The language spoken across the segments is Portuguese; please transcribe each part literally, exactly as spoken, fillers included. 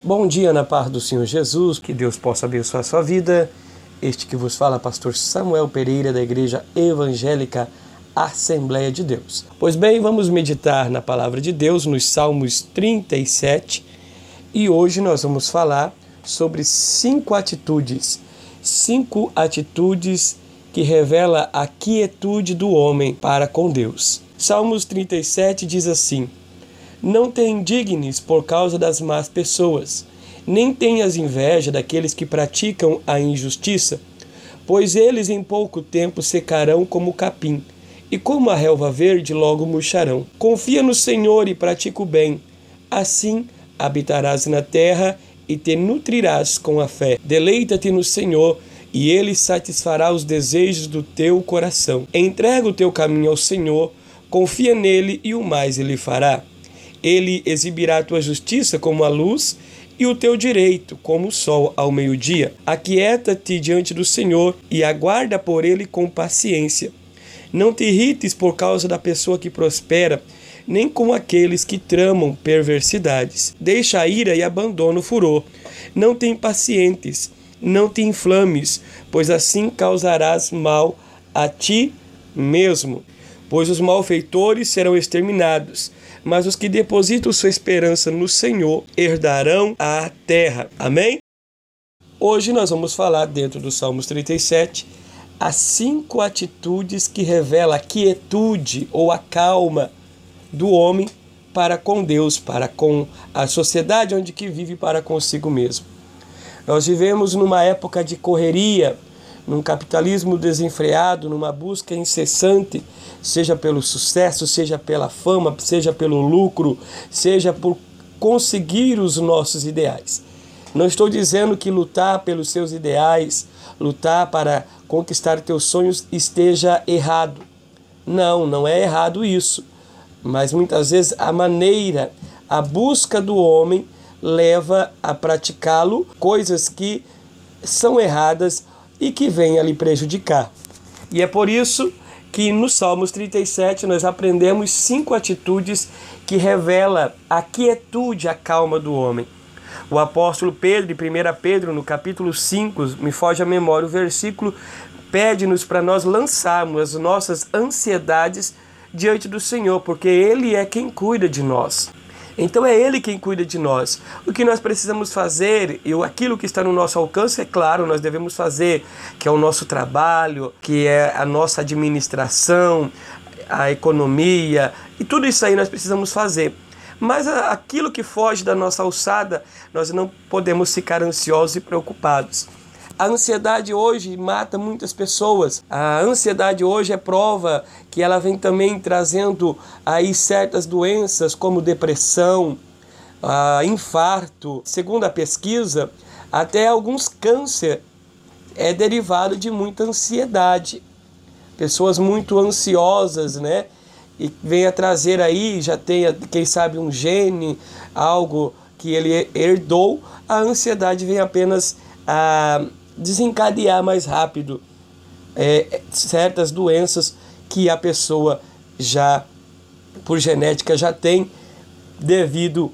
Bom dia na paz do Senhor Jesus, que Deus possa abençoar a sua vida. Este que vos fala, pastor Samuel Pereira, da Igreja Evangélica Assembleia de Deus. Pois bem, vamos meditar na palavra de Deus nos Salmos trinta e sete e hoje nós vamos falar sobre cinco atitudes, cinco atitudes que revelam a quietude do homem para com Deus. Salmos trinta e sete diz assim: não te indignes por causa das más pessoas, nem tenhas inveja daqueles que praticam a injustiça, pois eles em pouco tempo secarão como o capim, e como a relva verde logo murcharão. Confia no Senhor e pratica o bem, assim habitarás na terra e te nutrirás com a fé. Deleita-te no Senhor, e Ele satisfará os desejos do teu coração. Entrega o teu caminho ao Senhor, confia nele e o mais Ele fará. Ele exibirá a tua justiça como a luz e o teu direito como o sol ao meio-dia. Aquieta-te diante do Senhor e aguarda por Ele com paciência. Não te irrites por causa da pessoa que prospera, nem com aqueles que tramam perversidades. Deixa a ira e abandona o furor. Não te impacientes, não te inflames, pois assim causarás mal a ti mesmo. Pois os malfeitores serão exterminados, mas os que depositam sua esperança no Senhor herdarão a terra. Amém? Hoje nós vamos falar, dentro do Salmos trinta e sete, as cinco atitudes que revelam a quietude ou a calma do homem para com Deus, para com a sociedade onde que vive para consigo mesmo. Nós vivemos numa época de correria, num capitalismo desenfreado, numa busca incessante, seja pelo sucesso, seja pela fama, seja pelo lucro, seja por conseguir os nossos ideais. Não estou dizendo que lutar pelos seus ideais, lutar para conquistar teus sonhos esteja errado. Não, não é errado isso. Mas muitas vezes a maneira, a busca do homem leva a praticá-lo coisas que são erradas e que vêm a lhe prejudicar. E é por isso que no Salmos trinta e sete nós aprendemos cinco atitudes que revelam a quietude, a calma do homem. O apóstolo Pedro, em primeira Pedro, no capítulo cinco, me foge a memória o versículo, pede-nos para nós lançarmos as nossas ansiedades diante do Senhor, porque Ele é quem cuida de nós. Então é Ele quem cuida de nós. O que nós precisamos fazer, e aquilo que está no nosso alcance, é claro, nós devemos fazer, que é o nosso trabalho, que é a nossa administração, a economia, e tudo isso aí nós precisamos fazer. Mas aquilo que foge da nossa alçada, nós não podemos ficar ansiosos e preocupados. A ansiedade hoje mata muitas pessoas. A ansiedade hoje é prova que ela vem também trazendo aí certas doenças como depressão, uh, infarto. Segundo a pesquisa, até alguns câncer é derivado de muita ansiedade. Pessoas muito ansiosas, né? E vem a trazer aí, já tem, quem sabe, um gene, algo que ele herdou. A ansiedade vem apenas a desencadear mais rápido é, certas doenças que a pessoa já, por genética, já tem devido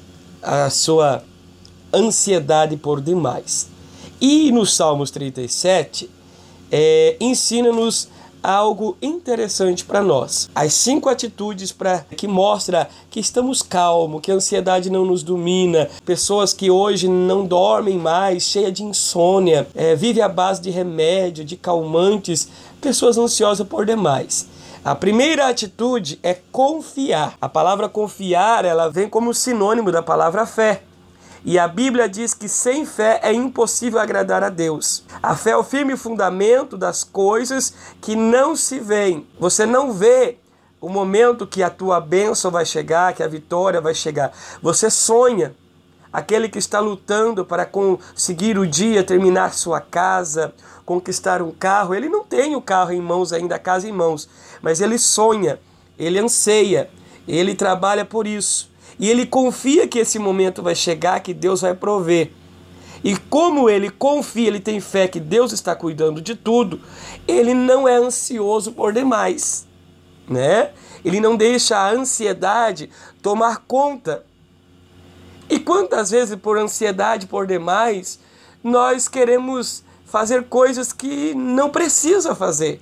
à sua ansiedade por demais. E no Salmos trinta e sete, é, ensina-nos algo interessante para nós. As cinco atitudes para que mostra que estamos calmos, que a ansiedade não nos domina. Pessoas que hoje não dormem mais, cheias de insônia, é, vivem à base de remédio, de calmantes, pessoas ansiosas por demais. A primeira atitude é confiar. A palavra confiar, ela vem como sinônimo da palavra fé. E a Bíblia diz que sem fé é impossível agradar a Deus. A fé é o firme fundamento das coisas que não se veem. Você não vê o momento que a tua bênção vai chegar, que a vitória vai chegar. Você sonha. Aquele que está lutando para conseguir o dia, terminar sua casa, conquistar um carro, ele não tem o carro em mãos ainda, a casa em mãos, mas ele sonha, ele anseia, ele trabalha por isso. E ele confia que esse momento vai chegar, que Deus vai prover. E como ele confia, ele tem fé que Deus está cuidando de tudo, ele não é ansioso por demais, né? Ele não deixa a ansiedade tomar conta. E quantas vezes, por ansiedade, por demais, nós queremos fazer coisas que não precisa fazer.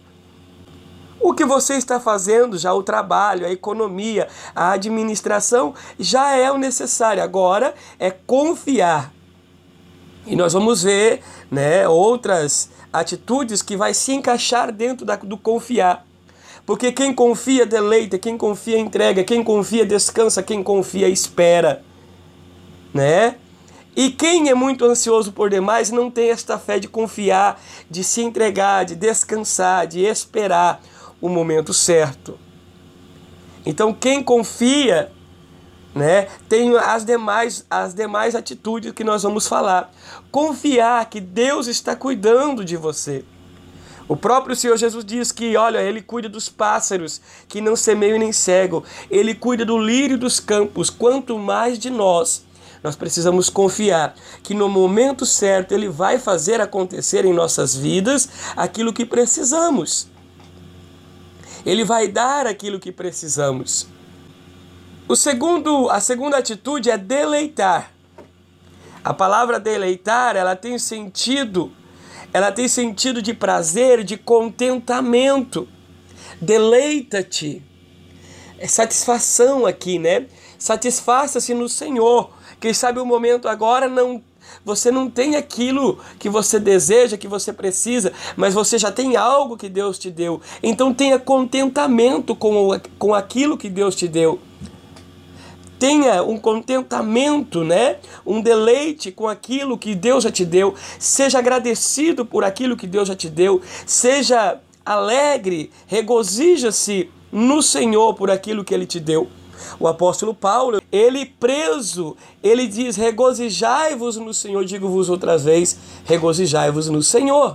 O que você está fazendo, já o trabalho, a economia, a administração, já é o necessário. Agora é confiar. E nós vamos ver, né, outras atitudes que vai se encaixar dentro da, do confiar. Porque quem confia deleita, quem confia entrega, quem confia descansa, quem confia espera. Né? E quem é muito ansioso por demais não tem esta fé de confiar, de se entregar, de descansar, de esperar o momento certo. Então quem confia, né, tem as demais, as demais atitudes que nós vamos falar. Confiar que Deus está cuidando de você. O próprio Senhor Jesus diz que, olha, Ele cuida dos pássaros, que não semeiam nem cegam. Ele cuida do lírio dos campos, quanto mais de nós. Nós precisamos confiar que no momento certo Ele vai fazer acontecer em nossas vidas aquilo que precisamos. Ele vai dar aquilo que precisamos. O segundo, a segunda atitude é deleitar. A palavra deleitar, ela tem sentido, ela tem sentido de prazer, de contentamento. Deleita-te. É satisfação aqui, né? Satisfaça-se no Senhor. Quem sabe o momento agora não, você não tem aquilo que você deseja, que você precisa, mas você já tem algo que Deus te deu. Então tenha contentamento com, com aquilo que Deus te deu. Tenha um contentamento, né? Um deleite com aquilo que Deus já te deu. Seja agradecido por aquilo que Deus já te deu. Seja alegre, regozija-se no Senhor por aquilo que Ele te deu. O apóstolo Paulo, ele preso, ele diz, regozijai-vos no Senhor, digo-vos outras vezes, regozijai-vos no Senhor.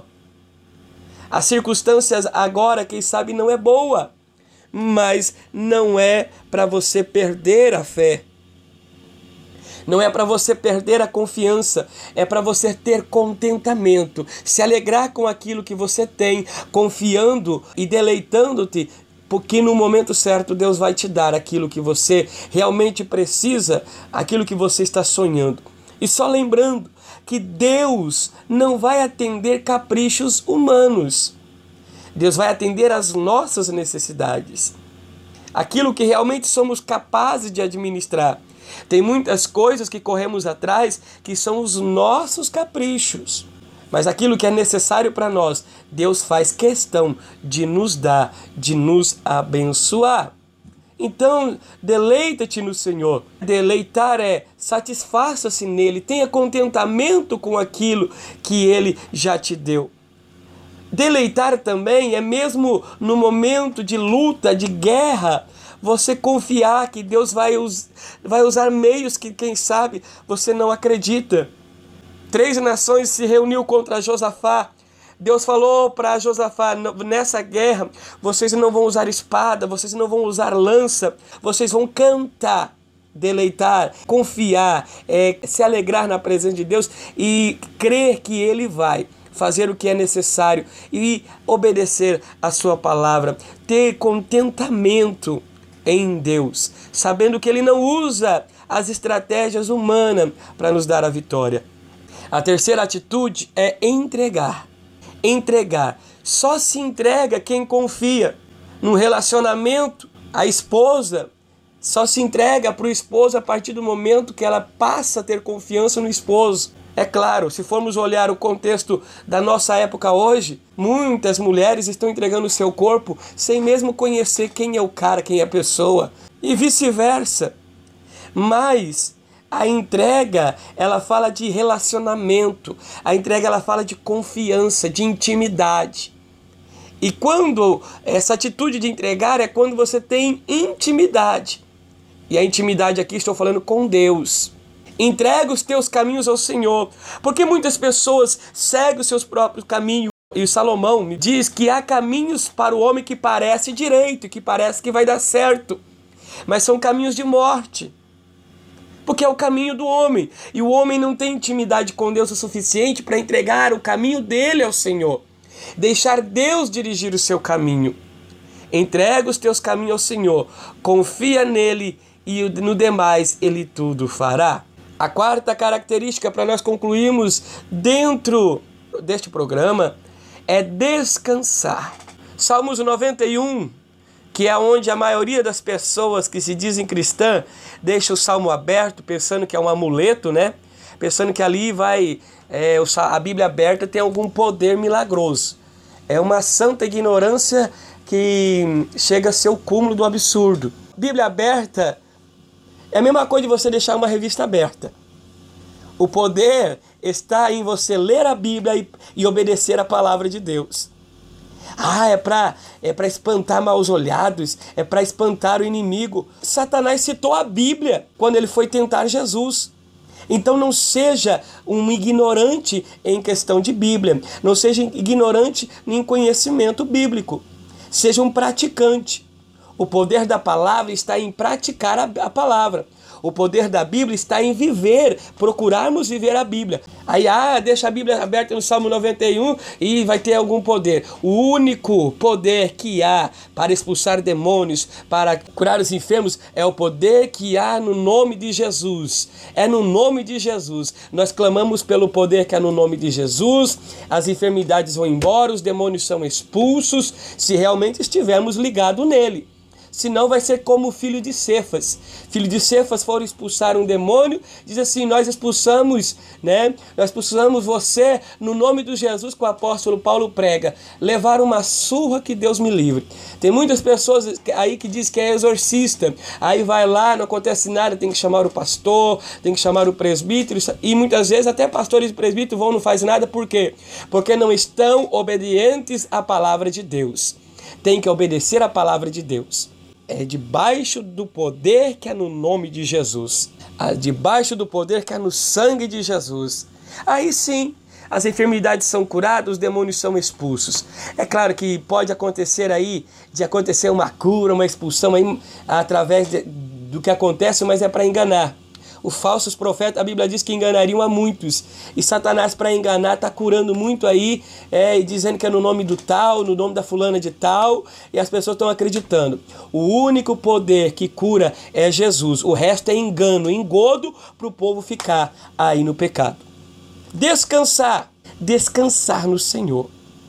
As circunstâncias agora, quem sabe, não é boa, mas não é para você perder a fé. Não é para você perder a confiança, é para você ter contentamento, se alegrar com aquilo que você tem, confiando e deleitando-te, porque no momento certo Deus vai te dar aquilo que você realmente precisa, aquilo que você está sonhando. E só lembrando que Deus não vai atender caprichos humanos. Deus vai atender às nossas necessidades. Aquilo que realmente somos capazes de administrar. Tem muitas coisas que corremos atrás que são os nossos caprichos. Mas aquilo que é necessário para nós, Deus faz questão de nos dar, de nos abençoar. Então, deleita-te no Senhor. Deleitar é satisfaça-se nele, tenha contentamento com aquilo que Ele já te deu. Deleitar também é mesmo no momento de luta, de guerra, você confiar que Deus vai, us- vai usar meios que, quem sabe, você não acredita. Três nações se reuniu contra Josafá. Deus falou para Josafá, nessa guerra, vocês não vão usar espada, vocês não vão usar lança, vocês vão cantar, deleitar, confiar, é, se alegrar na presença de Deus e crer que Ele vai fazer o que é necessário e obedecer a sua palavra, ter contentamento em Deus, sabendo que Ele não usa as estratégias humanas para nos dar a vitória. A terceira atitude é entregar. Entregar. Só se entrega quem confia. No relacionamento, a esposa só se entrega para o esposo a partir do momento que ela passa a ter confiança no esposo. É claro, se formos olhar o contexto da nossa época hoje, muitas mulheres estão entregando o seu corpo sem mesmo conhecer quem é o cara, quem é a pessoa, e vice-versa. Mas a entrega, ela fala de relacionamento. A entrega, ela fala de confiança, de intimidade. E quando essa atitude de entregar é quando você tem intimidade. E a intimidade aqui estou falando com Deus. Entrega os teus caminhos ao Senhor. Porque muitas pessoas seguem os seus próprios caminhos. E o Salomão me diz que há caminhos para o homem que parece direito, que parece que vai dar certo. Mas são caminhos de morte. Porque é o caminho do homem. E o homem não tem intimidade com Deus o suficiente para entregar o caminho dele ao Senhor. Deixar Deus dirigir o seu caminho. Entrega os teus caminhos ao Senhor. Confia nele e no demais ele tudo fará. A quarta característica para nós concluirmos dentro deste programa é descansar. Salmos noventa e um, que é onde a maioria das pessoas que se dizem cristã deixa o salmo aberto, pensando que é um amuleto, né? Pensando que ali vai, é, a Bíblia aberta tem algum poder milagroso. É uma santa ignorância que chega a ser o cúmulo do absurdo. Bíblia aberta é a mesma coisa de você deixar uma revista aberta. O poder está em você ler a Bíblia e, e obedecer a palavra de Deus. Ah, é para é para espantar maus olhados, é para espantar o inimigo. Satanás citou a Bíblia quando ele foi tentar Jesus. Então não seja um ignorante em questão de Bíblia, não seja ignorante em conhecimento bíblico. Seja um praticante. O poder da palavra está em praticar a, a palavra. O poder da Bíblia está em viver, procurarmos viver a Bíblia. Aí, ah, deixa a Bíblia aberta no Salmo noventa e um e vai ter algum poder. O único poder que há para expulsar demônios, para curar os enfermos, é o poder que há no nome de Jesus. É no nome de Jesus. Nós clamamos pelo poder que há no nome de Jesus, as enfermidades vão embora, os demônios são expulsos, se realmente estivermos ligados nele. Senão vai ser como o filho de Cefas. Filho de Cefas foram expulsar um demônio, diz assim, nós expulsamos, né? Nós expulsamos você no nome de Jesus, que o apóstolo Paulo prega. Levar uma surra que Deus me livre. Tem muitas pessoas aí que dizem que é exorcista. Aí vai lá, não acontece nada, tem que chamar o pastor, tem que chamar o presbítero. E muitas vezes até pastores e presbíteros vão, não faz nada. Por quê? Porque não estão obedientes à palavra de Deus. Tem que obedecer à palavra de Deus. É debaixo do poder que é no nome de Jesus. Debaixo do poder que é no sangue de Jesus. Aí sim, as enfermidades são curadas, os demônios são expulsos. É claro que pode acontecer aí, de acontecer uma cura, uma expulsão aí, através de, do que acontece, mas é para enganar. Os falsos profetas, a Bíblia diz que enganariam a muitos. E Satanás, para enganar, está curando muito aí, é, dizendo que é no nome do tal, no nome da fulana de tal, e as pessoas estão acreditando. O único poder que cura é Jesus. O resto é engano, engodo para o povo ficar aí no pecado. Descansar. Descansar no Senhor.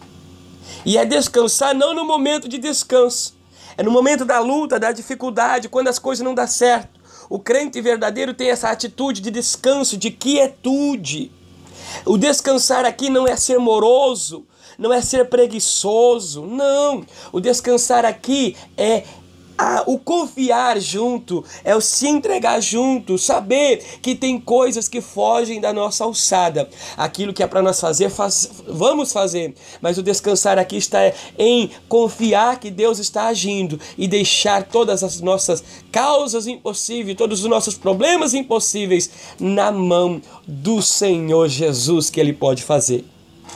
E é descansar não no momento de descanso. É no momento da luta, da dificuldade, quando as coisas não dão certo. O crente verdadeiro tem essa atitude de descanso, de quietude. O descansar aqui não é ser moroso, não é ser preguiçoso, não. O descansar aqui é a, o confiar junto, é o se entregar junto, saber que tem coisas que fogem da nossa alçada. Aquilo que é para nós fazer, faz, vamos fazer. Mas o descansar aqui está em confiar que Deus está agindo e deixar todas as nossas causas impossíveis, todos os nossos problemas impossíveis na mão do Senhor Jesus, que Ele pode fazer.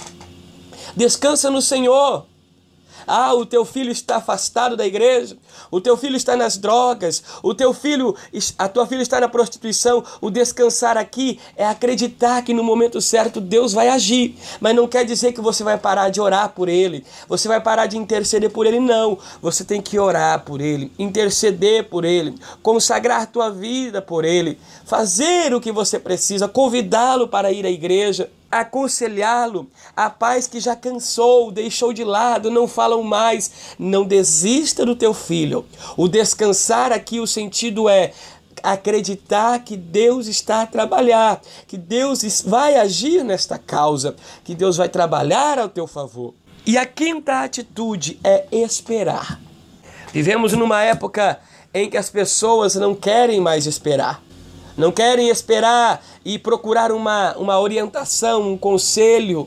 Descansa no Senhor. Ah, o teu filho está afastado da igreja, o teu filho está nas drogas, o teu filho, a tua filha está na prostituição. O descansar aqui é acreditar que no momento certo Deus vai agir, mas não quer dizer que você vai parar de orar por ele, você vai parar de interceder por ele, não. Você tem que orar por ele, interceder por ele, consagrar tua vida por ele, fazer o que você precisa, convidá-lo para ir à igreja, aconselhá-lo. A paz que já cansou, deixou de lado, não falam mais. Não desista do teu filho. O descansar aqui, o sentido é acreditar que Deus está a trabalhar, que Deus vai agir nesta causa, que Deus vai trabalhar ao teu favor. E a quinta atitude é esperar. Vivemos numa época em que as pessoas não querem mais esperar. Não querem esperar e procurar uma, uma orientação, um conselho.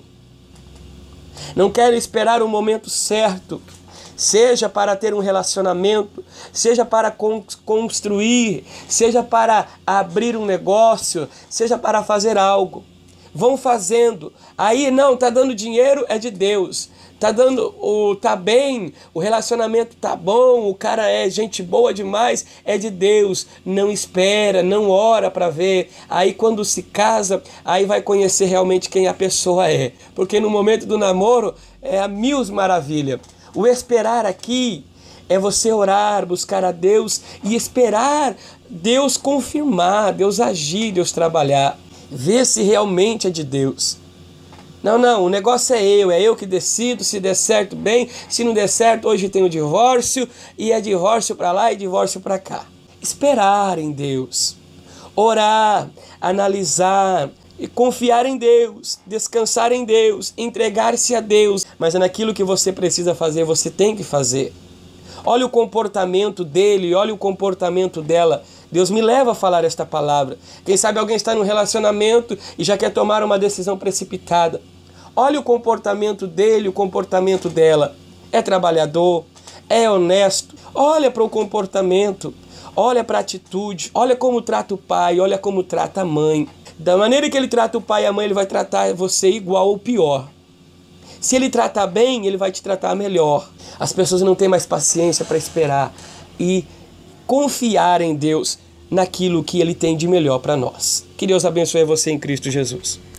Não querem esperar o momento certo, seja para ter um relacionamento, seja para con- construir, seja para abrir um negócio, seja para fazer algo. Vão fazendo. Aí não, tá dando dinheiro, é de Deus. Tá dando, o, tá bem, o relacionamento tá bom, o cara é gente boa demais, é de Deus. Não espera, não ora para ver. Aí quando se casa, aí vai conhecer realmente quem a pessoa é. Porque no momento do namoro é a mil maravilha. O esperar aqui É você orar, buscar a Deus e esperar Deus confirmar, Deus agir, Deus trabalhar. Ver se realmente é de Deus. Não, não, o negócio é eu, é eu que decido, se der certo, bem, se não der certo, hoje tem o divórcio, e é divórcio para lá e divórcio para cá. Esperar em Deus, orar, analisar, e confiar em Deus, descansar em Deus, entregar-se a Deus, mas é naquilo que você precisa fazer, você tem que fazer. Olha o comportamento dele, olha o comportamento dela. Deus me leva a falar esta palavra. Quem sabe alguém está num relacionamento e já quer tomar uma decisão precipitada. Olha o comportamento dele, o comportamento dela. É trabalhador, é honesto. Olha para o comportamento, olha para a atitude, olha como trata o pai, olha como trata a mãe. Da maneira que ele trata o pai e a mãe, ele vai tratar você igual ou pior. Se ele tratar bem, ele vai te tratar melhor. As pessoas não têm mais paciência para esperar e confiar em Deus naquilo que Ele tem de melhor para nós. Que Deus abençoe você em Cristo Jesus.